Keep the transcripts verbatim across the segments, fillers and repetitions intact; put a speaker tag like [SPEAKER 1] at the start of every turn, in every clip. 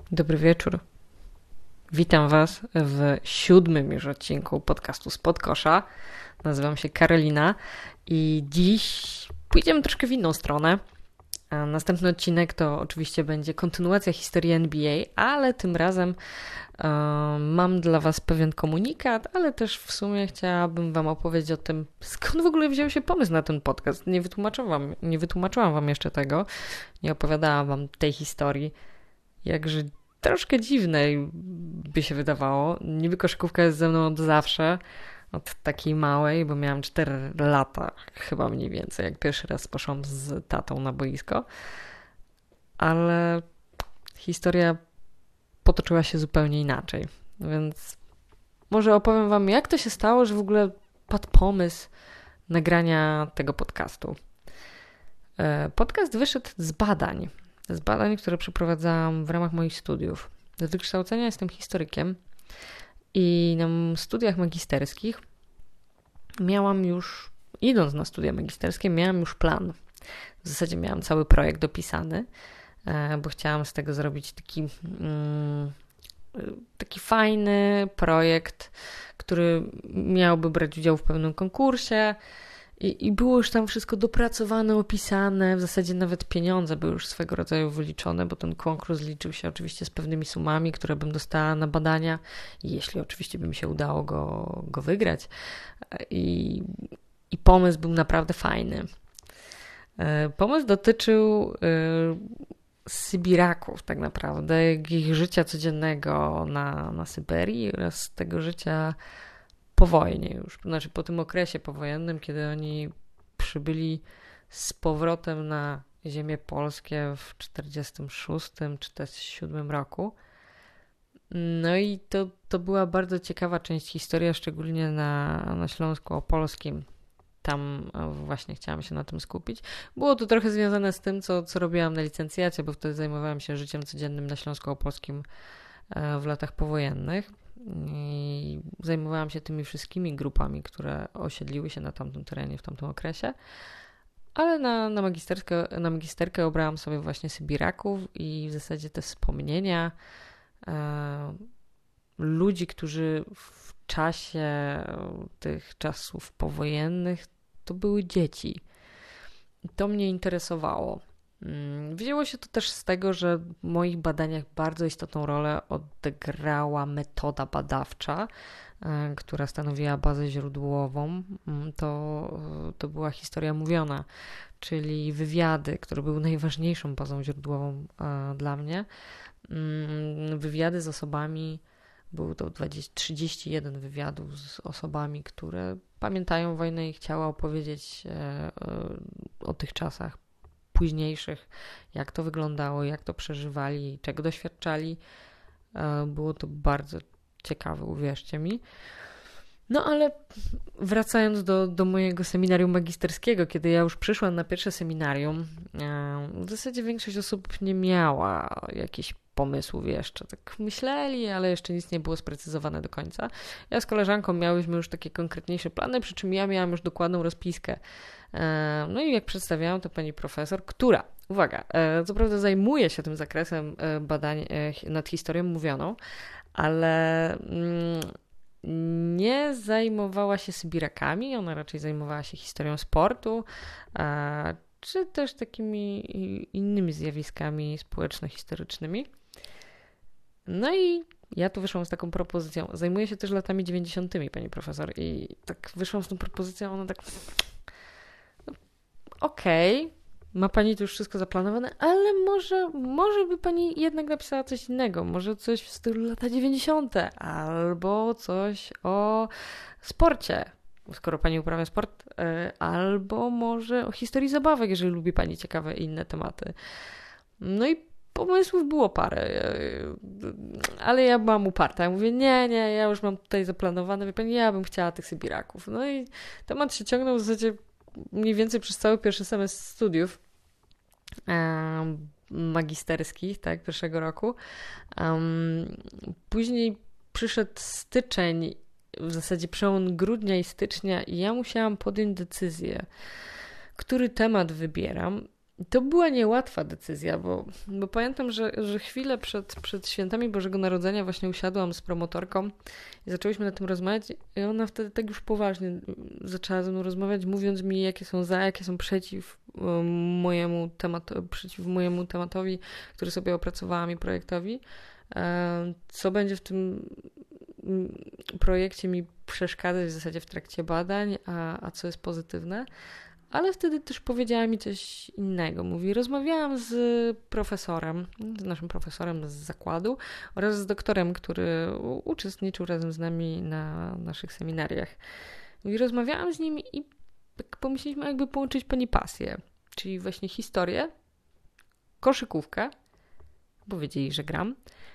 [SPEAKER 1] Dobry wieczór. Witam Was w siódmym już odcinku podcastu Spod Kosza. Nazywam się Karolina i dziś pójdziemy troszkę w inną stronę. Następny odcinek to oczywiście będzie kontynuacja historii N B A, ale tym razem um, mam dla Was pewien komunikat, ale też w sumie chciałabym Wam opowiedzieć o tym, skąd w ogóle wziął się pomysł na ten podcast. Nie wytłumaczyłam wam, nie wytłumaczyłam Wam jeszcze tego, nie opowiadałam Wam tej historii, jakże troszkę dziwnej by się wydawało. Niby koszykówka jest ze mną od zawsze, od takiej małej, bo miałam cztery lata chyba mniej więcej, jak pierwszy raz poszłam z tatą na boisko. Ale historia potoczyła się zupełnie inaczej. Więc może opowiem Wam, jak to się stało, że w ogóle padł pomysł nagrania tego podcastu. Podcast wyszedł z badań. Z badań, które przeprowadzałam w ramach moich studiów. Z wykształcenia jestem historykiem i na studiach magisterskich miałam już, idąc na studia magisterskie, miałam już plan. W zasadzie miałam cały projekt dopisany, bo chciałam z tego zrobić taki, taki fajny projekt, który miałby brać udział w pewnym konkursie. I, I było już tam wszystko dopracowane, opisane, w zasadzie nawet pieniądze były już swego rodzaju wyliczone, bo ten konkurs liczył się oczywiście z pewnymi sumami, które bym dostała na badania, jeśli oczywiście by mi się udało go, go wygrać. I, I pomysł był naprawdę fajny. Pomysł dotyczył Sybiraków tak naprawdę, ich życia codziennego na, na Syberii oraz tego życia po wojnie już, znaczy po tym okresie powojennym, kiedy oni przybyli z powrotem na ziemię polskie w czterdziestym szóstym czy czterdziestym siódmym roku. No i to, to była bardzo ciekawa część historii, szczególnie na, na Śląsku Opolskim. Tam właśnie chciałam się na tym skupić. Było to trochę związane z tym, co, co robiłam na licencjacie, bo wtedy zajmowałam się życiem codziennym na Śląsku Opolskim w latach powojennych. I zajmowałam się tymi wszystkimi grupami, które osiedliły się na tamtym terenie w tamtym okresie, ale na, na, magisterkę, na magisterkę obrałam sobie właśnie Sybiraków i w zasadzie te wspomnienia e, ludzi, którzy w czasie tych czasów powojennych to były dzieci. I to mnie interesowało. Wzięło się to też z tego, że w moich badaniach bardzo istotną rolę odegrała metoda badawcza, która stanowiła bazę źródłową. To, to była historia mówiona, czyli wywiady, które były najważniejszą bazą źródłową dla mnie. Wywiady z osobami, było to dwadzieścia, trzydzieści jeden wywiadów z osobami, które pamiętają wojnę i chciały opowiedzieć o tych czasach późniejszych, jak to wyglądało, jak to przeżywali, czego doświadczali. Było to bardzo ciekawe, uwierzcie mi. No ale wracając do, do mojego seminarium magisterskiego, kiedy ja już przyszłam na pierwsze seminarium, w zasadzie większość osób nie miała jakichś pomysłów jeszcze. Tak myśleli, ale jeszcze nic nie było sprecyzowane do końca. Ja z koleżanką miałyśmy już takie konkretniejsze plany, przy czym ja miałam już dokładną rozpiskę. No i jak przedstawiałam to pani profesor, która, uwaga, co prawda zajmuje się tym zakresem badań nad historią mówioną, ale nie zajmowała się Sybirakami, ona raczej zajmowała się historią sportu, czy też takimi innymi zjawiskami społeczno-historycznymi. No i ja tu wyszłam z taką propozycją. Zajmuję się też latami dziewięćdziesiątymi, pani profesor, i tak wyszłam z tą propozycją, ona tak no, okej, okay, ma pani tu już wszystko zaplanowane, ale może, może by pani jednak napisała coś innego, może coś w stylu lata dziewięćdziesiąte albo coś o sporcie, skoro pani uprawia sport, albo może o historii zabawek, jeżeli lubi pani ciekawe inne tematy. No i pomysłów było parę, ale ja byłam uparta. Ja mówię, nie, nie, ja już mam tutaj zaplanowane, wie pani, ja bym chciała tych Sybiraków. No i temat się ciągnął w zasadzie mniej więcej przez cały pierwszy semestr studiów um, magisterskich, tak, pierwszego roku. Um, później przyszedł styczeń, w zasadzie przełom grudnia i stycznia i ja musiałam podjąć decyzję, który temat wybieram. To była niełatwa decyzja, bo, bo pamiętam, że, że chwilę przed, przed świętami Bożego Narodzenia właśnie usiadłam z promotorką i zaczęłyśmy na tym rozmawiać i ona wtedy tak już poważnie zaczęła ze mną rozmawiać, mówiąc mi, jakie są za, jakie są przeciw mojemu, temat, przeciw mojemu tematowi, który sobie opracowałam i projektowi. Co będzie w tym projekcie mi przeszkadzać w zasadzie w trakcie badań, a, a co jest pozytywne. Ale wtedy też powiedziała mi coś innego. Mówi, rozmawiałam z profesorem, z naszym profesorem z zakładu oraz z doktorem, który uczestniczył razem z nami na naszych seminariach. Mówi, rozmawiałam z nim i pomyśleliśmy, jakby połączyć pani pasję, czyli właśnie historię, koszykówkę, bo wiedzieli, że gram,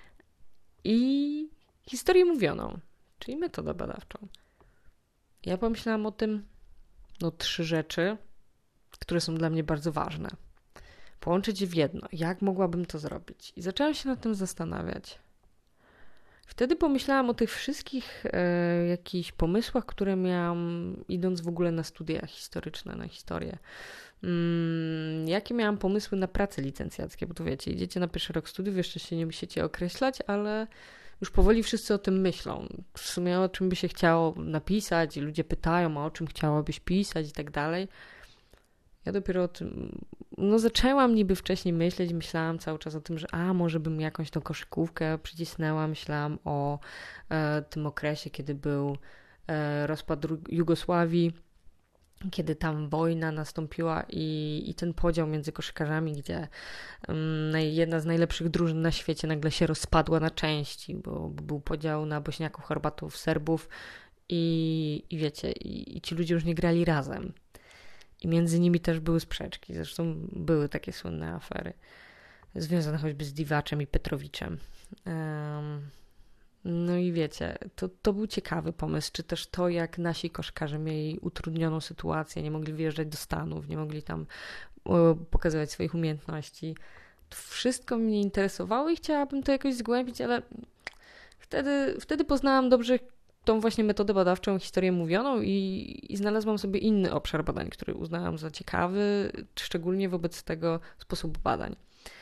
[SPEAKER 1] i historię mówioną, czyli metodę badawczą. Ja pomyślałam o tym, no trzy rzeczy, które są dla mnie bardzo ważne. Połączyć je w jedno. Jak mogłabym to zrobić? I zaczęłam się nad tym zastanawiać. Wtedy pomyślałam o tych wszystkich e, jakichś pomysłach, które miałam idąc w ogóle na studia historyczne, na historię. Mm, jakie miałam pomysły na prace licencjackie, bo to wiecie, idziecie na pierwszy rok studiów, jeszcze się nie musicie określać, ale już powoli wszyscy o tym myślą. W sumie o czym by się chciało napisać i ludzie pytają, a o czym chciałabyś pisać i tak dalej. Ja dopiero o tym, no zaczęłam niby wcześniej myśleć, myślałam cały czas o tym, że a może bym jakąś tą koszykówkę przycisnęła, myślałam o e, tym okresie, kiedy był e, rozpad Jugosławii, kiedy tam wojna nastąpiła i, i ten podział między koszykarzami, gdzie um, jedna z najlepszych drużyn na świecie nagle się rozpadła na części, bo, bo był podział na Bośniaków, Chorwatów, Serbów i, i wiecie, i, i ci ludzie już nie grali razem. I między nimi też były sprzeczki, zresztą były takie słynne afery związane choćby z Divaczem i Petrowiczem. Um, No i wiecie, to, to był ciekawy pomysł, czy też to, jak nasi koszkarze mieli utrudnioną sytuację, nie mogli wyjeżdżać do Stanów, nie mogli tam o, pokazywać swoich umiejętności. To wszystko mnie interesowało i chciałabym to jakoś zgłębić, ale wtedy, wtedy poznałam dobrze tą właśnie metodę badawczą, historię mówioną i, i znalazłam sobie inny obszar badań, który uznałam za ciekawy, szczególnie wobec tego sposobu badań.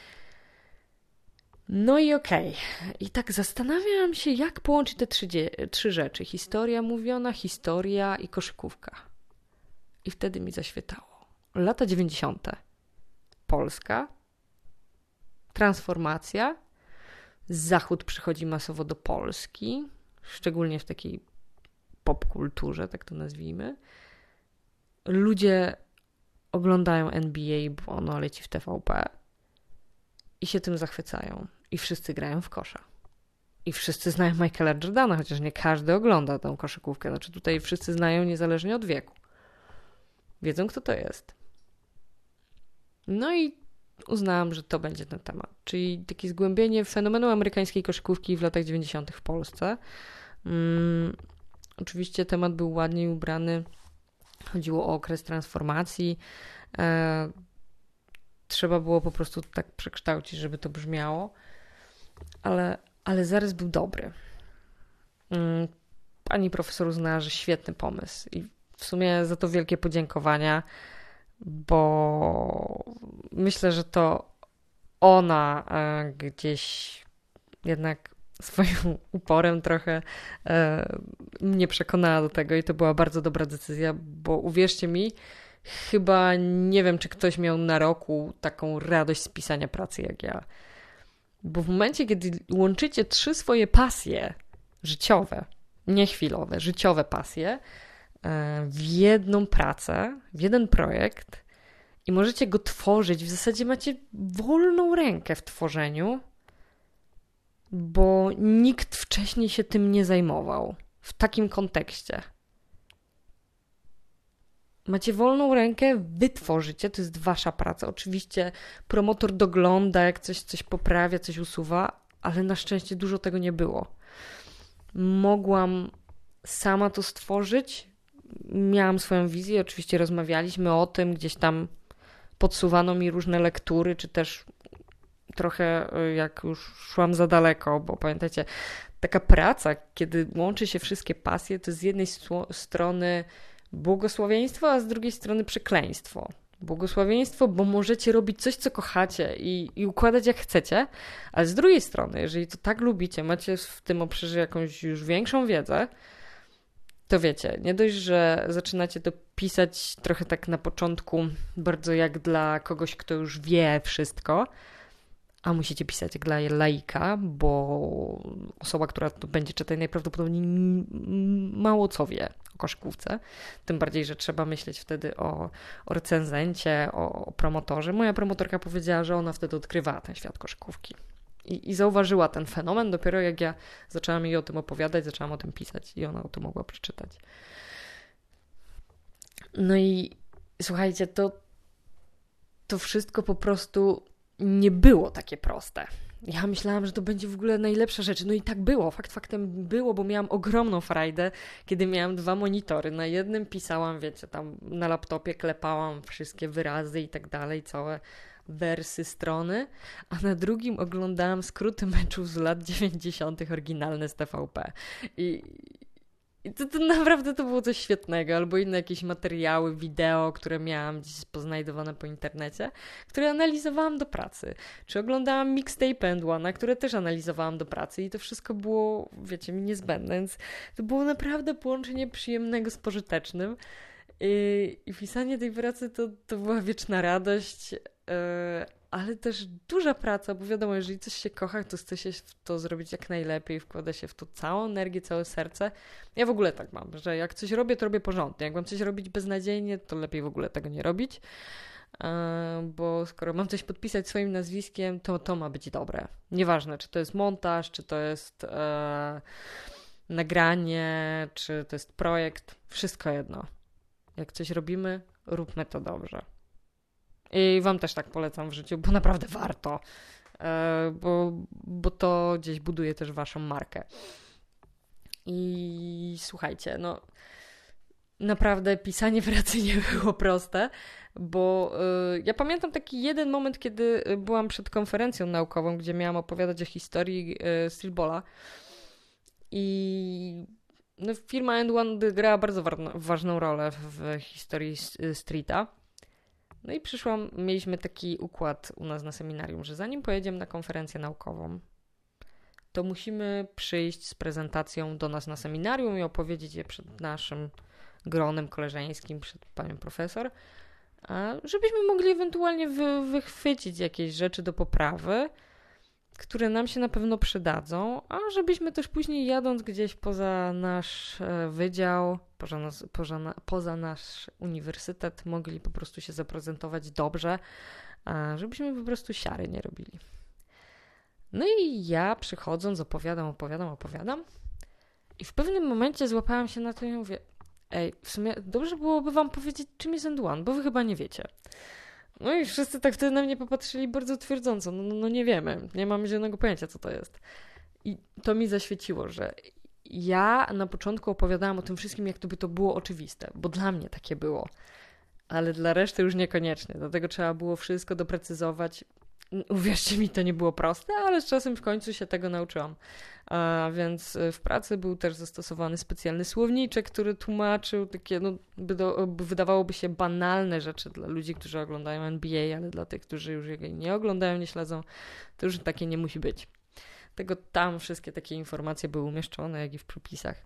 [SPEAKER 1] No i okej. Okay. I tak zastanawiałam się, jak połączyć te trzy, dzie- trzy rzeczy. Historia mówiona, historia i koszykówka. I wtedy mi zaświetało. Lata dziewięćdziesiąte. Polska. Transformacja. Zachód przychodzi masowo do Polski. Szczególnie w takiej popkulturze, tak to nazwijmy. Ludzie oglądają N B A, bo ono leci w T V P. I się tym zachwycają. I wszyscy grają w kosza. I wszyscy znają Michaela Jordana, chociaż nie każdy ogląda tą koszykówkę. Znaczy tutaj wszyscy znają niezależnie od wieku. Wiedzą, kto to jest. No i uznałam, że to będzie ten temat. Czyli takie zgłębienie fenomenu amerykańskiej koszykówki w latach dziewięćdziesiątych w Polsce. Hmm, oczywiście temat był ładnie ubrany. Chodziło o okres transformacji. E, Trzeba było po prostu tak przekształcić, żeby to brzmiało, ale, ale zarys był dobry. Pani profesor uznała, że świetny pomysł i w sumie za to wielkie podziękowania, bo myślę, że to ona gdzieś jednak swoim uporem trochę mnie przekonała do tego i to była bardzo dobra decyzja, bo uwierzcie mi, chyba nie wiem, czy ktoś miał na roku taką radość z pisania pracy jak ja. Bo w momencie, kiedy łączycie trzy swoje pasje życiowe, nie chwilowe, życiowe pasje w jedną pracę, w jeden projekt i możecie go tworzyć, w zasadzie macie wolną rękę w tworzeniu, bo nikt wcześniej się tym nie zajmował w takim kontekście. Macie wolną rękę, wy tworzycie, to jest wasza praca. Oczywiście promotor dogląda, jak coś, coś poprawia, coś usuwa, ale na szczęście dużo tego nie było. Mogłam sama to stworzyć, miałam swoją wizję, oczywiście rozmawialiśmy o tym, gdzieś tam podsuwano mi różne lektury, czy też trochę jak już szłam za daleko, bo pamiętajcie, taka praca, kiedy łączy się wszystkie pasje, to z jednej strony błogosławieństwo, a z drugiej strony przekleństwo, Błogosławieństwo, bo możecie robić coś, co kochacie i, i układać jak chcecie, ale z drugiej strony, jeżeli to tak lubicie, macie w tym obszarze jakąś już większą wiedzę, to wiecie, nie dość, że zaczynacie to pisać trochę tak na początku, bardzo jak dla kogoś, kto już wie wszystko, a musicie pisać jak dla laika, bo osoba, która to będzie czytać, najprawdopodobniej mało co wie o koszykówce. Tym bardziej, że trzeba myśleć wtedy o, o recenzencie, o, o promotorze. Moja promotorka powiedziała, że ona wtedy odkrywała ten świat koszykówki. I, I zauważyła ten fenomen dopiero jak ja zaczęłam jej o tym opowiadać, zaczęłam o tym pisać i ona o tym mogła przeczytać. No i słuchajcie, to, to wszystko po prostu nie było takie proste. Ja myślałam, że to będzie w ogóle najlepsza rzecz. No i tak było. Fakt faktem było, bo miałam ogromną frajdę, kiedy miałam dwa monitory. Na jednym pisałam, wiecie, tam na laptopie klepałam wszystkie wyrazy i tak dalej, całe wersy strony, a na drugim oglądałam skróty meczów z lat dziewięćdziesiątych oryginalne z T V P. I, i to, to naprawdę to było coś świetnego, albo inne jakieś materiały, wideo, które miałam gdzieś poznajdowane po internecie, które analizowałam do pracy. Czy oglądałam mixtape and one, które też analizowałam do pracy i to wszystko było, wiecie, mi niezbędne, więc to było naprawdę połączenie przyjemnego z pożytecznym. I, i pisanie tej pracy to, to była wieczna radość, yy, ale też duża praca, bo wiadomo, jeżeli coś się kocha, to chce się w to zrobić jak najlepiej, wkłada się w to całą energię, całe serce. Ja w ogóle tak mam, że jak coś robię, to robię porządnie. Jak mam coś robić beznadziejnie, to lepiej w ogóle tego nie robić, yy, bo skoro mam coś podpisać swoim nazwiskiem, to to ma być dobre. Nieważne, czy to jest montaż, czy to jest yy, nagranie, czy to jest projekt, wszystko jedno. Jak coś robimy, róbmy to dobrze. I wam też tak polecam w życiu, bo naprawdę warto, bo, bo to gdzieś buduje też waszą markę. I słuchajcie, no naprawdę pisanie pracy nie było proste, bo ja pamiętam taki jeden moment, kiedy byłam przed konferencją naukową, gdzie miałam opowiadać o historii streetballa i no, firma And One grała bardzo wa- ważną rolę w historii streeta. No i przyszłam, mieliśmy taki układ u nas na seminarium, że zanim pojedziemy na konferencję naukową, to musimy przyjść z prezentacją do nas na seminarium i opowiedzieć je przed naszym gronem koleżeńskim, przed panią profesor, a żebyśmy mogli ewentualnie wy- wychwycić jakieś rzeczy do poprawy, które nam się na pewno przydadzą, a żebyśmy też później jadąc gdzieś poza nasz wydział, poza, nas, poza, poza nasz uniwersytet mogli po prostu się zaprezentować dobrze, a żebyśmy po prostu siary nie robili. No i ja przychodząc opowiadam, opowiadam, opowiadam i w pewnym momencie złapałam się na to i mówię, ej, w sumie dobrze byłoby wam powiedzieć, czym jest And One, bo wy chyba nie wiecie. No i wszyscy tak wtedy na mnie popatrzyli bardzo twierdząco. No, no, no nie wiemy, nie mamy żadnego pojęcia, co to jest. I to mi zaświeciło, że ja na początku opowiadałam o tym wszystkim, jak to by to było oczywiste, bo dla mnie takie było. Ale dla reszty już niekoniecznie. Dlatego trzeba było wszystko doprecyzować. Uwierzcie mi, to nie było proste, ale z czasem w końcu się tego nauczyłam. A więc w pracy był też zastosowany specjalny słowniczek, który tłumaczył takie, no, wydawałoby się banalne rzeczy dla ludzi, którzy oglądają N B A, ale dla tych, którzy już jej nie oglądają, nie śledzą, to już takie nie musi być. Tego tam wszystkie takie informacje były umieszczone, jak i w przepisach.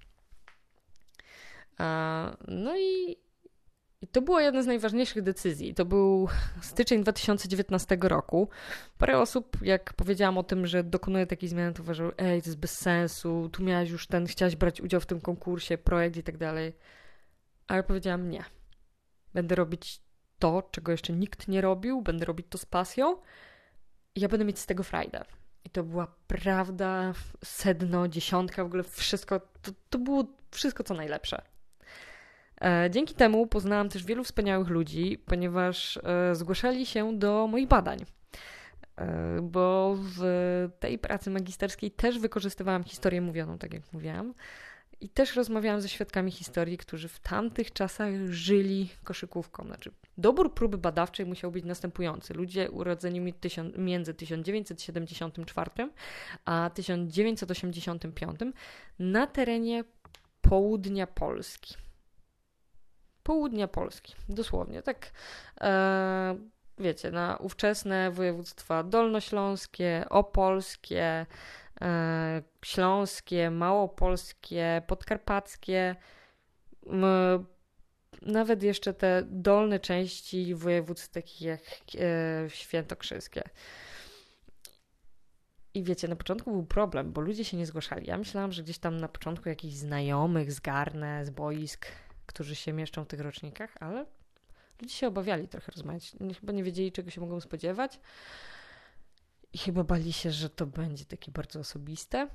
[SPEAKER 1] A, no i I to była jedna z najważniejszych decyzji. To był styczeń dwa tysiące dziewiętnastego roku. Parę osób, jak powiedziałam o tym, że dokonuję takiej zmiany, to uważały, ej, to jest bez sensu, tu miałaś już ten, chciałaś brać udział w tym konkursie, projekt i tak dalej. Ale powiedziałam nie. Będę robić to, czego jeszcze nikt nie robił, będę robić to z pasją i ja będę mieć z tego frajdę. I to była prawda, sedno, dziesiątka, w ogóle wszystko, to, to było wszystko co najlepsze. Dzięki temu poznałam też wielu wspaniałych ludzi, ponieważ zgłaszali się do moich badań, bo w tej pracy magisterskiej też wykorzystywałam historię mówioną, tak jak mówiłam, i też rozmawiałam ze świadkami historii, którzy w tamtych czasach żyli koszykówką. Znaczy, dobór próby badawczej musiał być następujący. Ludzie urodzeni między tysiąc dziewięćset siedemdziesiątym czwartym a tysiąc dziewięćset osiemdziesiątym piątym na terenie południa Polski. południa Polski, dosłownie, tak e, wiecie, na ówczesne województwa dolnośląskie, opolskie, e, śląskie, małopolskie, podkarpackie, m, nawet jeszcze te dolne części województw takich jak e, świętokrzyskie. I wiecie, na początku był problem, bo ludzie się nie zgłaszali. Ja myślałam, że gdzieś tam na początku jakichś znajomych zgarnę z boisk, którzy się mieszczą w tych rocznikach, ale ludzie się obawiali trochę rozmawiać. Chyba nie wiedzieli, czego się mogą spodziewać. I chyba bali się, że to będzie takie bardzo osobiste.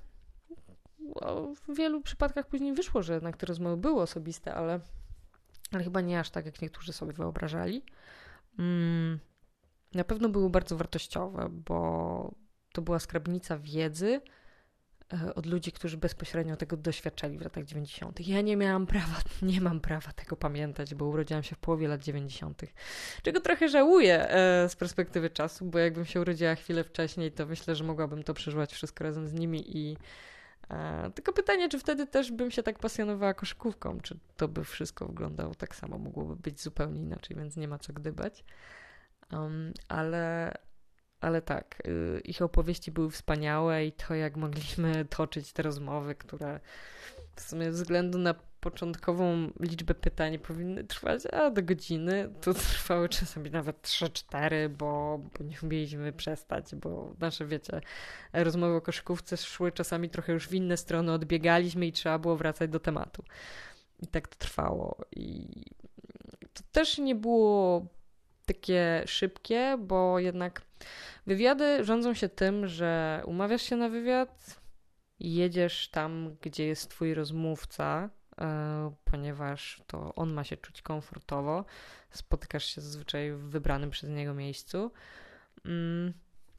[SPEAKER 1] W wielu przypadkach później wyszło, że jednak te rozmowy były osobiste, ale, ale chyba nie aż tak, jak niektórzy sobie wyobrażali. Mm, na pewno były bardzo wartościowe, bo to była skrabnica wiedzy od ludzi, którzy bezpośrednio tego doświadczali w latach dziewięćdziesiątych. Ja nie miałam prawa, nie mam prawa tego pamiętać, bo urodziłam się w połowie lat dziewięćdziesiątych. Czego trochę żałuję z perspektywy czasu, bo jakbym się urodziła chwilę wcześniej, to myślę, że mogłabym to przeżywać wszystko razem z nimi i e, tylko pytanie, czy wtedy też bym się tak pasjonowała koszykówką, czy to by wszystko wyglądało tak samo, mogłoby być zupełnie inaczej, więc nie ma co gdybać. Um, ale Ale tak, ich opowieści były wspaniałe i to, jak mogliśmy toczyć te rozmowy, które w sumie ze względu na początkową liczbę pytań powinny trwać a do godziny, to trwały czasami nawet trzy cztery, bo, bo nie umieliśmy przestać, bo nasze, wiecie, rozmowy o koszykówce szły czasami trochę już w inne strony, odbiegaliśmy i trzeba było wracać do tematu. I tak to trwało. I to też nie było takie szybkie, bo jednak wywiady rządzą się tym, że umawiasz się na wywiad i jedziesz tam, gdzie jest twój rozmówca, yy, ponieważ to on ma się czuć komfortowo. Spotykasz się zazwyczaj w wybranym przez niego miejscu. Yy.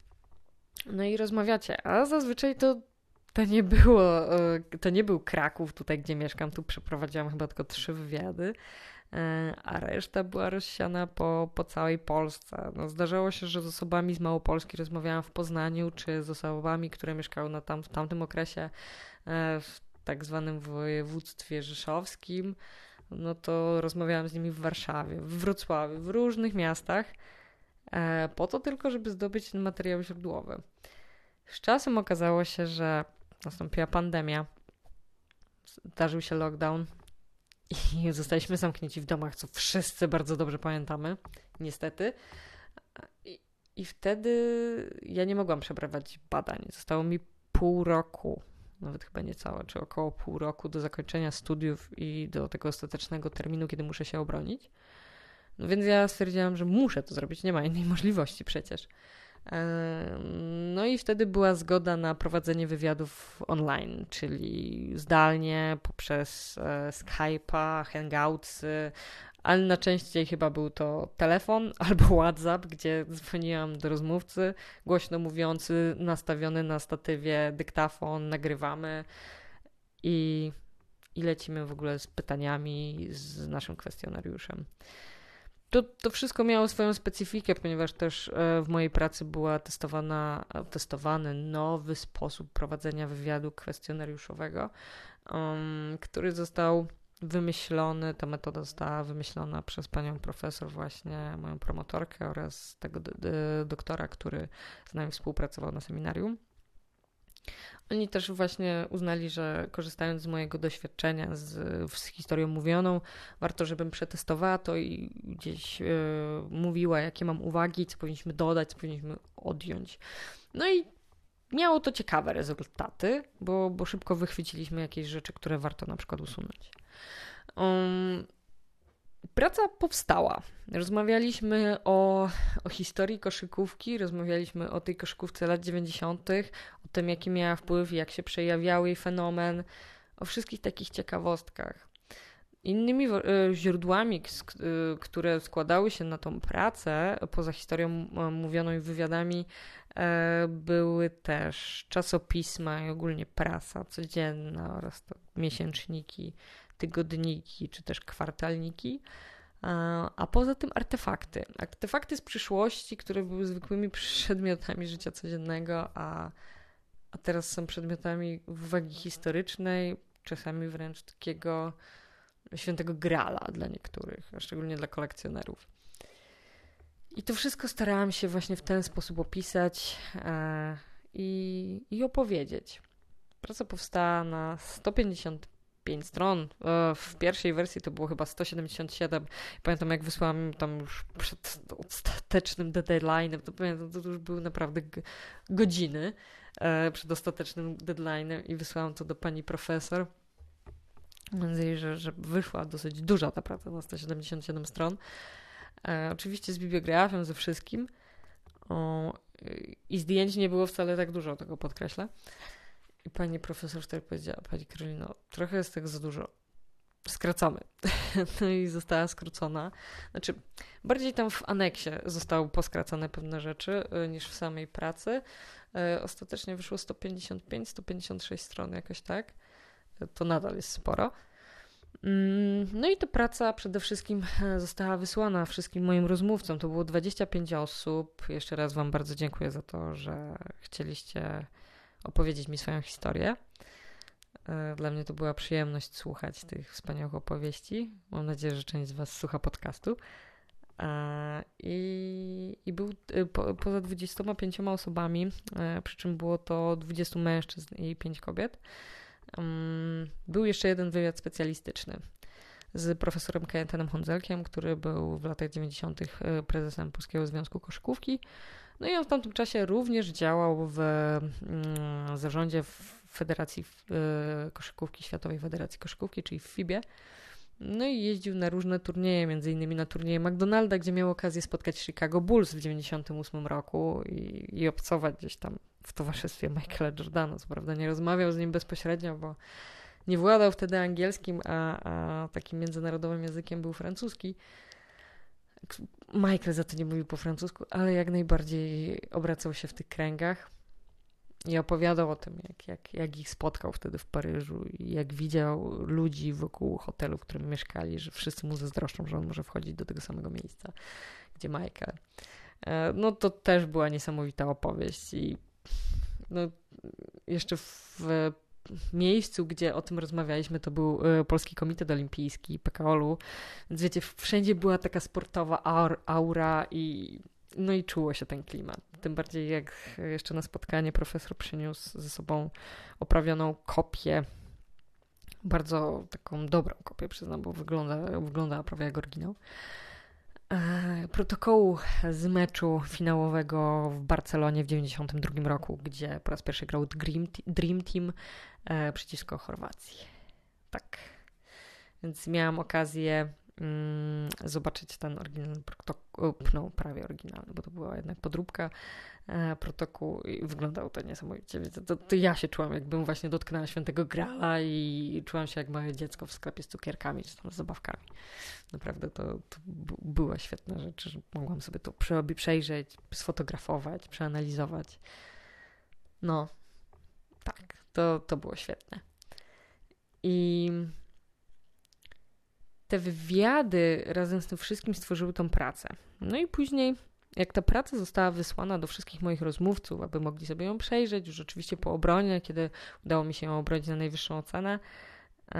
[SPEAKER 1] No i rozmawiacie, a zazwyczaj to to nie było, yy, to nie był Kraków tutaj, gdzie mieszkam. Tu przeprowadziłam chyba tylko trzy wywiady, a reszta była rozsiana po, po całej Polsce. No, zdarzało się, że z osobami z Małopolski rozmawiałam w Poznaniu, czy z osobami, które mieszkały na tam, w tamtym okresie w tak zwanym województwie rzeszowskim, no to rozmawiałam z nimi w Warszawie, w Wrocławiu, w różnych miastach, po to tylko, żeby zdobyć ten materiał źródłowy. Z czasem okazało się, że nastąpiła pandemia, zdarzył się lockdown, i zostaliśmy zamknięci w domach, co wszyscy bardzo dobrze pamiętamy, niestety. I, i wtedy ja nie mogłam przeprowadzić badań. Zostało mi pół roku, nawet chyba niecałe, czy około pół roku do zakończenia studiów i do tego ostatecznego terminu, kiedy muszę się obronić. No więc ja stwierdziłam, że muszę to zrobić, nie ma innej możliwości przecież. No i wtedy była zgoda na prowadzenie wywiadów online, czyli zdalnie poprzez Skype'a, Hangoutsy, ale najczęściej chyba był to telefon albo WhatsApp, gdzie dzwoniłam do rozmówcy, głośno mówiący, nastawiony na statywie dyktafon, nagrywamy i, i lecimy w ogóle z pytaniami, z naszym kwestionariuszem. To, to wszystko miało swoją specyfikę, ponieważ też w mojej pracy była testowana, testowany nowy sposób prowadzenia wywiadu kwestionariuszowego, um, który został wymyślony, ta metoda została wymyślona przez panią profesor, właśnie moją promotorkę oraz tego d- d- doktora, który z nami współpracował na seminarium. Oni też właśnie uznali, że korzystając z mojego doświadczenia z, z historią mówioną, warto, żebym przetestowała to i gdzieś yy, mówiła, jakie mam uwagi, co powinniśmy dodać, co powinniśmy odjąć. No i miało to ciekawe rezultaty, bo, bo szybko wychwyciliśmy jakieś rzeczy, które warto na przykład usunąć. Um, Praca powstała. Rozmawialiśmy o, o historii koszykówki, rozmawialiśmy o tej koszykówce lat dziewięćdziesiątych, o tym, jaki miała wpływ, jak się przejawiał jej fenomen, o wszystkich takich ciekawostkach. Innymi źródłami, które składały się na tą pracę, poza historią mówioną i wywiadami, były też czasopisma i ogólnie prasa codzienna oraz to miesięczniki, tygodniki czy też kwartalniki, a poza tym artefakty. Artefakty z przyszłości, które były zwykłymi przedmiotami życia codziennego, a, a teraz są przedmiotami uwagi historycznej, czasami wręcz takiego świętego grala dla niektórych, a szczególnie dla kolekcjonerów. I to wszystko starałam się właśnie w ten sposób opisać e, i, i opowiedzieć. Praca powstała na sto pięćdziesiąt pięć stron. E, w pierwszej wersji to było chyba sto siedemdziesiąt siedem. Pamiętam, jak wysłałam tam już przed ostatecznym deadline'em, to pamiętam, to już były naprawdę g- godziny e, przed ostatecznym deadline'em i wysłałam to do pani profesor. Mówiąc jej, że, że wyszła dosyć duża ta praca na sto siedemdziesiąt siedem stron. E, oczywiście z bibliografią, ze wszystkim. O, i zdjęć nie było wcale tak dużo, tego podkreślę. I pani profesor wtedy powiedziała, pani Karolino, trochę jest tego za dużo. Skracamy. No i została skrócona. Znaczy, bardziej tam w aneksie zostały poskracane pewne rzeczy niż w samej pracy. E, ostatecznie wyszło sto pięćdziesiąt pięć sto pięćdziesiąt sześć stron, jakoś tak. To nadal jest sporo. No i ta praca przede wszystkim została wysłana wszystkim moim rozmówcom. To było dwadzieścia pięć osób. Jeszcze raz wam bardzo dziękuję za to, że chcieliście opowiedzieć mi swoją historię. Dla mnie to była przyjemność słuchać tych wspaniałych opowieści. Mam nadzieję, że część z was słucha podcastu. I, i był po, poza dwudziestoma pięcioma osobami, przy czym było to dwudziestu mężczyzn i pięć kobiet. Był jeszcze jeden wywiad specjalistyczny z profesorem Kajetanem Hondzelkiem, który był w latach dziewięćdziesiątych prezesem Polskiego Związku Koszykówki. No i on w tamtym czasie również działał w zarządzie Federacji Koszykówki, Światowej Federacji Koszykówki, czyli w F I B-ie. No i jeździł na różne turnieje, między innymi na turnieje McDonalda, gdzie miał okazję spotkać Chicago Bulls w dziewięćdziesiątym ósmym roku i, i obcować gdzieś tam w towarzystwie Michaela Jordana. Co prawda nie rozmawiał z nim bezpośrednio, bo nie władał wtedy angielskim, a, a takim międzynarodowym językiem był francuski. Michael za to nie mówił po francusku, ale jak najbardziej obracał się w tych kręgach i opowiadał o tym, jak, jak, jak ich spotkał wtedy w Paryżu i jak widział ludzi wokół hotelu, w którym mieszkali, że wszyscy mu zazdroszczą, że on może wchodzić do tego samego miejsca, gdzie Michael. No to też była niesamowita opowieść i no, jeszcze w miejscu, gdzie o tym rozmawialiśmy, to był Polski Komitet Olimpijski, P K O L u, więc wiecie, wszędzie była taka sportowa aura i no i czuło się ten klimat. Tym bardziej jak jeszcze na spotkanie profesor przyniósł ze sobą oprawioną kopię, bardzo taką dobrą kopię, przyznam, bo wygląda, wygląda prawie jak oryginał, protokołu z meczu finałowego w Barcelonie w dziewięćdziesiątym drugim roku, gdzie po raz pierwszy grał Dream, Dream Team e, przeciwko Chorwacji. Tak. Więc miałam okazję mm, zobaczyć ten oryginalny protokół, no prawie oryginalny, bo to była jednak podróbka e, protokołu i wyglądało to niesamowicie. Więc to, to ja się czułam, jakbym właśnie dotknęła świętego Grala i czułam się jak małe dziecko w sklepie z cukierkami czy tam z zabawkami. Naprawdę to, to była świetna rzecz, że mogłam sobie to przejrzeć, sfotografować, przeanalizować. No, tak, to, to było świetne. I te wywiady razem z tym wszystkim stworzyły tą pracę. No i później, jak ta praca została wysłana do wszystkich moich rozmówców, aby mogli sobie ją przejrzeć, już oczywiście po obronie, kiedy udało mi się ją obronić na najwyższą ocenę, yy,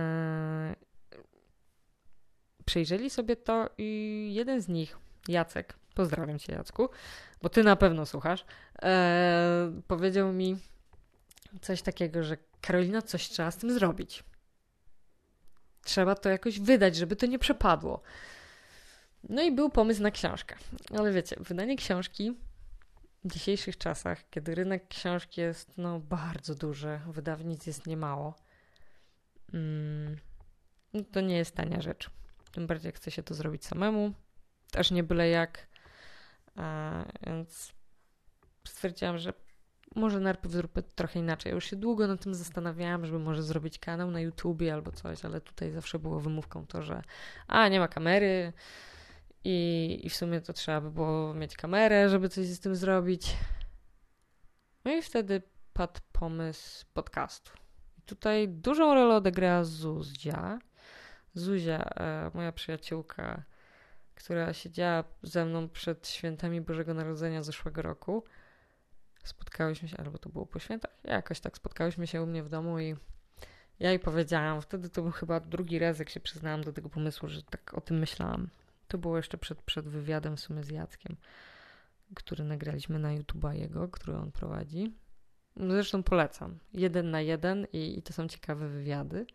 [SPEAKER 1] przejrzeli sobie to i jeden z nich, Jacek, pozdrawiam cię Jacku, bo ty na pewno słuchasz, e, powiedział mi coś takiego, że Karolina, coś trzeba z tym zrobić. Trzeba to jakoś wydać, żeby to nie przepadło. No i był pomysł na książkę. Ale wiecie, wydanie książki w dzisiejszych czasach, kiedy rynek książki jest no bardzo duży, wydawnictw jest niemało, mm, no to nie jest tania rzecz. Tym bardziej jak chce się to zrobić samemu. Też nie byle jak. A, więc stwierdziłam, że może najpierw zróbmy trochę inaczej. Ja już się długo nad tym zastanawiałam, żeby może zrobić kanał na YouTubie albo coś, ale tutaj zawsze było wymówką to, że a, nie ma kamery i, i w sumie to trzeba by było mieć kamerę, żeby coś z tym zrobić. No i wtedy padł pomysł podcastu. I tutaj dużą rolę odegrała Zuzia. Zuzia, moja przyjaciółka, która siedziała ze mną przed świętami Bożego Narodzenia zeszłego roku. Spotkałyśmy się, albo to było po świętach, jakoś tak spotkałyśmy się u mnie w domu i Ja jej powiedziałam, wtedy to był chyba drugi raz, jak się przyznałam do tego pomysłu, że tak o tym myślałam. To było jeszcze przed, przed wywiadem w sumie z Jackiem, który nagraliśmy na YouTube'a jego, który on prowadzi. Zresztą polecam. Jeden na jeden i, i to są ciekawe wywiady.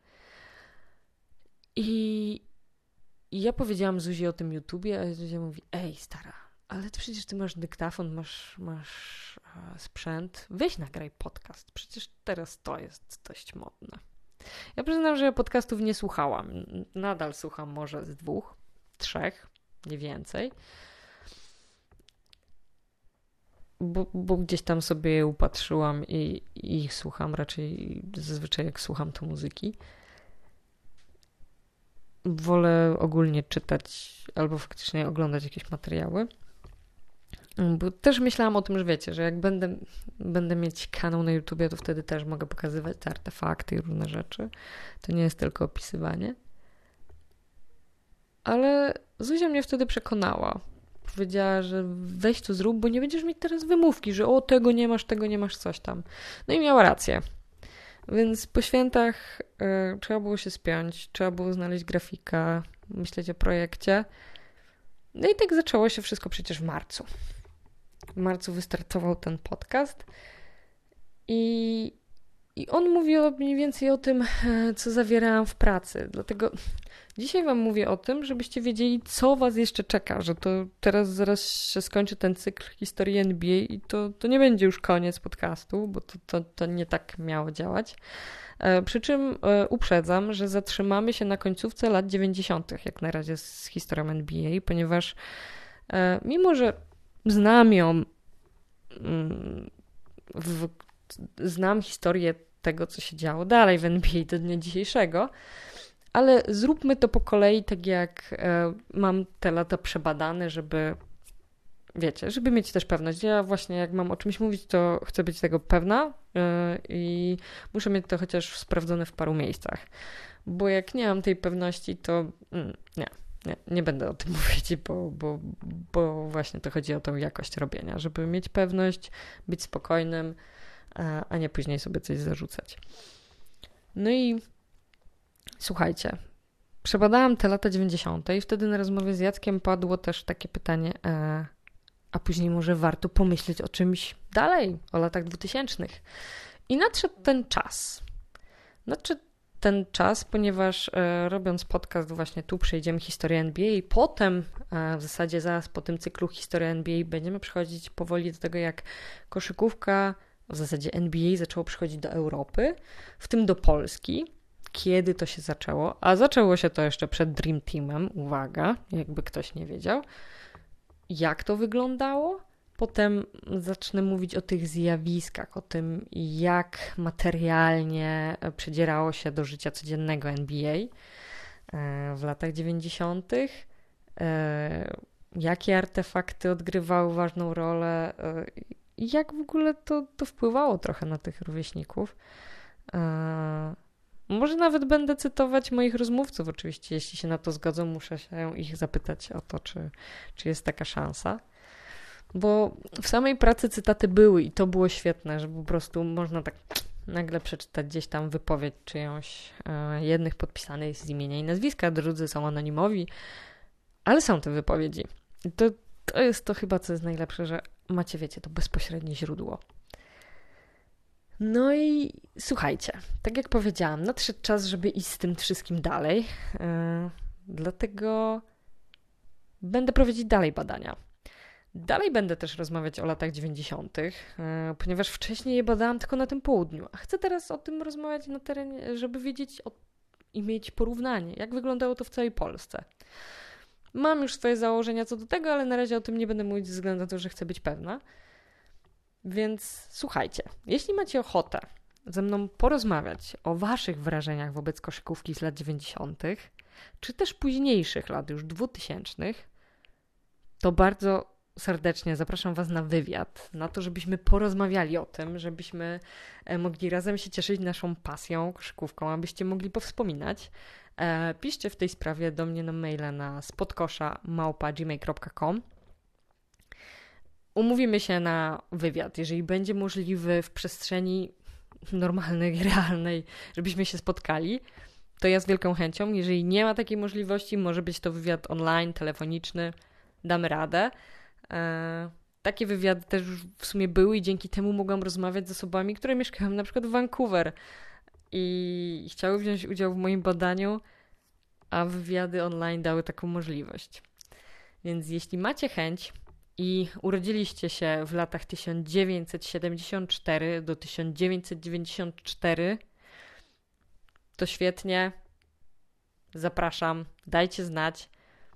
[SPEAKER 1] I, I ja powiedziałam Zuzi o tym YouTubie, a Zuzia mówi, ej stara, ale ty przecież ty masz dyktafon, masz, masz e, sprzęt, weź nagraj podcast, przecież teraz to jest dość modne. Ja przyznam, że ja podcastów nie słuchałam. Nadal słucham może z dwóch, trzech, nie więcej. Bo, bo gdzieś tam sobie je upatrzyłam i, i ich słucham raczej zazwyczaj jak słucham to muzyki. Wolę ogólnie czytać albo faktycznie oglądać jakieś materiały. Bo też myślałam o tym, że wiecie, że jak będę, będę mieć kanał na YouTubie, to wtedy też mogę pokazywać te artefakty i różne rzeczy. To nie jest tylko opisywanie. Ale Zuzia mnie wtedy przekonała. Powiedziała, że weź to zrób, bo nie będziesz mieć teraz wymówki, że o, tego nie masz, tego nie masz, coś tam. No i miała rację. Więc po świętach y, trzeba było się spiąć, trzeba było znaleźć grafika, myśleć o projekcie. No i tak zaczęło się wszystko przecież w marcu. W marcu wystartował ten podcast i, i on mówi o, mniej więcej o tym, co zawierałam w pracy. Dlatego dzisiaj wam mówię o tym, żebyście wiedzieli, co was jeszcze czeka, że to teraz zaraz się skończy ten cykl historii N B A i to, to nie będzie już koniec podcastu, bo to, to, to nie tak miało działać. E, przy czym e, uprzedzam, że zatrzymamy się na końcówce lat dziewięćdziesiątych jak na razie z historią N B A, ponieważ e, mimo, że znam ją, mm, w, znam historię tego, co się działo dalej w N B A do dnia dzisiejszego, ale zróbmy to po kolei, tak jak e, mam te lata przebadane, żeby, wiecie, żeby mieć też pewność. Ja właśnie jak mam o czymś mówić, to chcę być tego pewna e, i muszę mieć to chociaż sprawdzone w paru miejscach. Bo jak nie mam tej pewności, to mm, nie, nie, nie będę o tym mówić, bo, bo, bo właśnie to chodzi o tą jakość robienia, żeby mieć pewność, być spokojnym, a, a nie później sobie coś zarzucać. No i słuchajcie, przebadałam te lata dziewięćdziesiąte i wtedy na rozmowie z Jackiem padło też takie pytanie, e, a później może warto pomyśleć o czymś dalej, o latach dwutysięcznych. I nadszedł ten czas. Nadszedł ten czas, ponieważ e, robiąc podcast właśnie tu przejdziemy historię N B A i potem e, w zasadzie zaraz po tym cyklu historii N B A będziemy przechodzić powoli do tego, jak koszykówka, w zasadzie N B A zaczęło przychodzić do Europy, w tym do Polski. Kiedy to się zaczęło? A zaczęło się to jeszcze przed Dream Teamem, uwaga, jakby ktoś nie wiedział. Jak to wyglądało? Potem zacznę mówić o tych zjawiskach, o tym, jak materialnie przedzierało się do życia codziennego N B A w latach dziewięćdziesiątych. Jakie artefakty odgrywały ważną rolę i jak w ogóle to, to wpływało trochę na tych rówieśników. Może nawet będę cytować moich rozmówców, oczywiście, jeśli się na to zgodzą, muszę się ich zapytać o to, czy, czy jest taka szansa. Bo w samej pracy cytaty były i to było świetne, że po prostu można tak nagle przeczytać gdzieś tam wypowiedź czyjąś. Jednych podpisanych z imienia i nazwiska, drudzy są anonimowi, ale są te wypowiedzi. I to, to jest to chyba, co jest najlepsze, że macie, wiecie, to bezpośrednie źródło. No i słuchajcie, tak jak powiedziałam, nadszedł czas, żeby iść z tym wszystkim dalej, yy, dlatego będę prowadzić dalej badania. Dalej będę też rozmawiać o latach dziewięćdziesiątych, yy, ponieważ wcześniej je badałam tylko na tym południu, a chcę teraz o tym rozmawiać na terenie, żeby wiedzieć o, i mieć porównanie, jak wyglądało to w całej Polsce. Mam już swoje założenia co do tego, ale na razie o tym nie będę mówić ze względu na to, że chcę być pewna. Więc słuchajcie, jeśli macie ochotę ze mną porozmawiać o waszych wrażeniach wobec koszykówki z lat dziewięćdziesiątych, czy też późniejszych lat, już dwutysięcznych, to bardzo serdecznie zapraszam was na wywiad, na to, żebyśmy porozmawiali o tym, żebyśmy mogli razem się cieszyć naszą pasją, koszykówką, abyście mogli powspominać. Piszcie w tej sprawie do mnie na maila na spotkosza małpa gmail kropka com. Umówimy się na wywiad, jeżeli będzie możliwy w przestrzeni normalnej, realnej, żebyśmy się spotkali, to ja z wielką chęcią, jeżeli nie ma takiej możliwości, może być to wywiad online, telefoniczny, damy radę. E, takie wywiady też już w sumie były i dzięki temu mogłam rozmawiać z osobami, które mieszkają na przykład w Vancouver i chciały wziąć udział w moim badaniu, a wywiady online dały taką możliwość. Więc jeśli macie chęć i urodziliście się w latach tysiąc dziewięćset siedemdziesiąt cztery do tysiąc dziewięćset dziewięćdziesiąt cztery, to świetnie. Zapraszam, dajcie znać.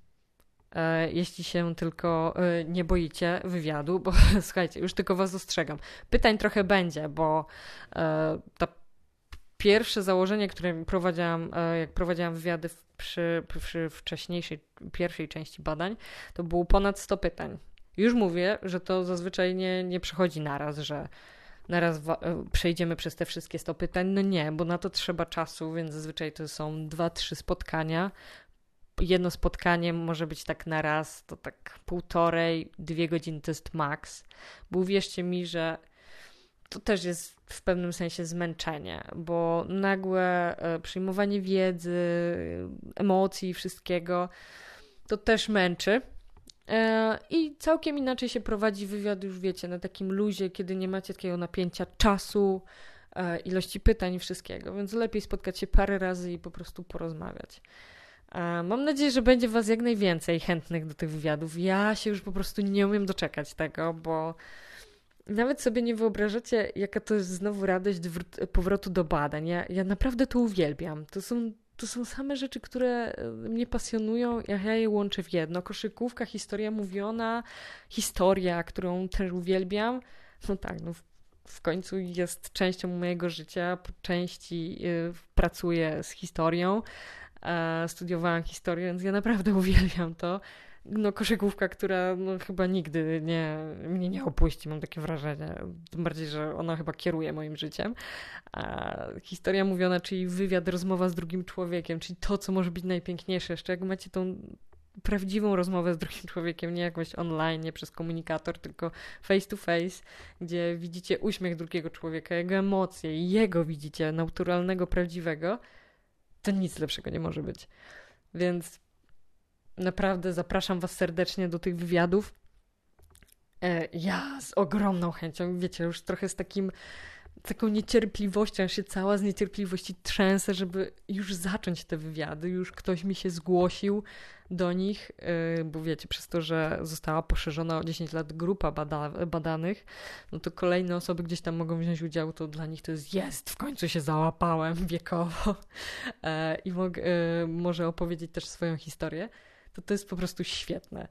[SPEAKER 1] E, jeśli się tylko e, nie boicie wywiadu, bo słuchajcie, już tylko was ostrzegam. Pytań trochę będzie, bo e, ta pierwsze założenie, które prowadziłam, e, jak prowadziłam wywiady w, przy, przy wcześniejszej, pierwszej części badań, to było ponad sto pytań. Już mówię, że to zazwyczaj nie, nie przychodzi naraz, że naraz wa- przejdziemy przez te wszystkie sto pytań. No nie, bo na to trzeba czasu, więc zazwyczaj to są dwa, trzy spotkania. Jedno spotkanie może być tak na raz, to tak półtorej, dwie godziny to jest maks. Bo uwierzcie mi, że to też jest w pewnym sensie zmęczenie, bo nagłe przyjmowanie wiedzy, emocji, wszystkiego, to też męczy. I całkiem inaczej się prowadzi wywiad, już wiecie, na takim luzie, kiedy nie macie takiego napięcia czasu, ilości pytań i wszystkiego, więc lepiej spotkać się parę razy i po prostu porozmawiać. Mam nadzieję, że będzie was jak najwięcej chętnych do tych wywiadów. Ja się już po prostu nie umiem doczekać tego, bo nawet sobie nie wyobrażacie, jaka to jest znowu radość powrotu do badań. Ja, ja naprawdę to uwielbiam. To są To są same rzeczy, które mnie pasjonują, jak ja je łączę w jedno. Koszykówka, historia mówiona, historia, którą też uwielbiam. No tak, no w, w końcu jest częścią mojego życia, po części y, pracuję z historią, y, studiowałam historię, więc ja naprawdę uwielbiam to. No koszykówka, która no, chyba nigdy nie, mnie nie opuści, mam takie wrażenie. Tym bardziej, że ona chyba kieruje moim życiem. A historia mówiona, czyli wywiad, rozmowa z drugim człowiekiem, czyli to, co może być najpiękniejsze. Jeszcze jak macie tą prawdziwą rozmowę z drugim człowiekiem, nie jakąś online, nie przez komunikator, tylko face to face, gdzie widzicie uśmiech drugiego człowieka, jego emocje i jego widzicie, naturalnego, prawdziwego, to nic lepszego nie może być. Więc naprawdę zapraszam was serdecznie do tych wywiadów. Ja z ogromną chęcią, wiecie, już trochę z takim taką niecierpliwością, się cała z niecierpliwości trzęsę, żeby już zacząć te wywiady. Już ktoś mi się zgłosił do nich, bo wiecie, przez to, że została poszerzona o dziesięć lat grupa bada- badanych, no to kolejne osoby gdzieś tam mogą wziąć udział, to dla nich to jest jest, w końcu się załapałem wiekowo i mogę, może opowiedzieć też swoją historię. To to jest po prostu świetne.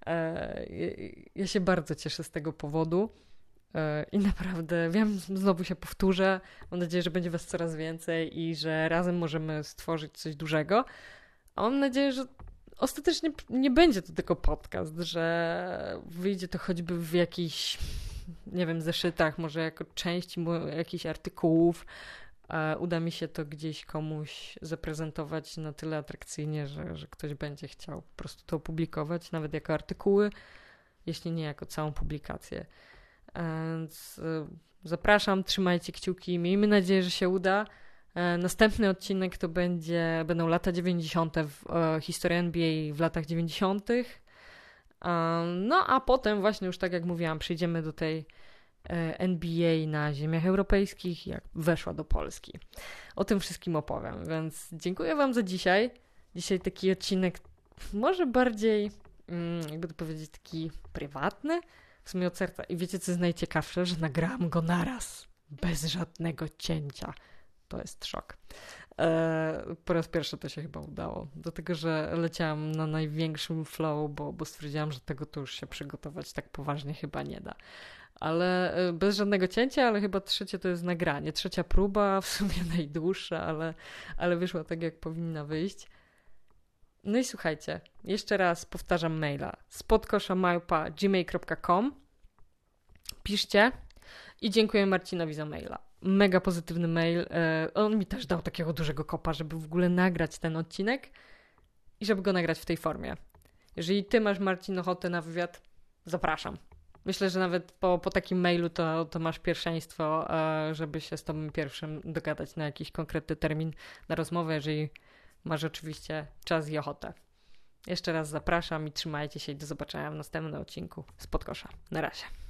[SPEAKER 1] Ja się bardzo cieszę z tego powodu. I naprawdę, wiem, znowu się powtórzę, mam nadzieję, że będzie was coraz więcej i że razem możemy stworzyć coś dużego, a mam nadzieję, że ostatecznie nie będzie to tylko podcast, że wyjdzie to choćby w jakichś, nie wiem, zeszytach, może jako część jakichś artykułów, uda mi się to gdzieś komuś zaprezentować na tyle atrakcyjnie, że, że ktoś będzie chciał po prostu to opublikować, nawet jako artykuły, jeśli nie jako całą publikację. Więc zapraszam, trzymajcie kciuki, miejmy nadzieję, że się uda. Następny odcinek to będzie, będą lata dziewięćdziesiąte w historii N B A w latach dziewięćdziesiątych. No a potem właśnie już tak jak mówiłam, przejdziemy do tej N B A na ziemiach europejskich, jak weszła do Polski. O tym wszystkim opowiem, więc dziękuję wam za dzisiaj. Dzisiaj taki odcinek może bardziej, jakby to powiedzieć, taki prywatny, w sumie od serca. I wiecie, co jest najciekawsze? Że nagrałam go naraz, bez żadnego cięcia. To jest szok. Eee, po raz pierwszy to się chyba udało. Do tego, że leciałam na największym flow, bo, bo stwierdziłam, że tego to już się przygotować tak poważnie chyba nie da. Ale bez żadnego cięcia, ale chyba trzecie to jest nagranie. Trzecia próba, w sumie najdłuższa, ale, ale wyszła tak, jak powinna wyjść. No i słuchajcie, jeszcze raz powtarzam maila spodkosza małpa gmail kropka com. Piszcie i dziękuję Marcinowi za maila. Mega pozytywny mail. On mi też dał takiego dużego kopa, żeby w ogóle nagrać ten odcinek i żeby go nagrać w tej formie. Jeżeli ty masz, Marcin, ochotę na wywiad, zapraszam. myślę, że nawet po, po takim mailu to, to masz pierwszeństwo, żeby się z tobą pierwszym dogadać na jakiś konkretny termin na rozmowę, jeżeli masz oczywiście czas i ochotę. Jeszcze raz zapraszam i trzymajcie się i do zobaczenia w następnym odcinku z Podkosza. Na razie.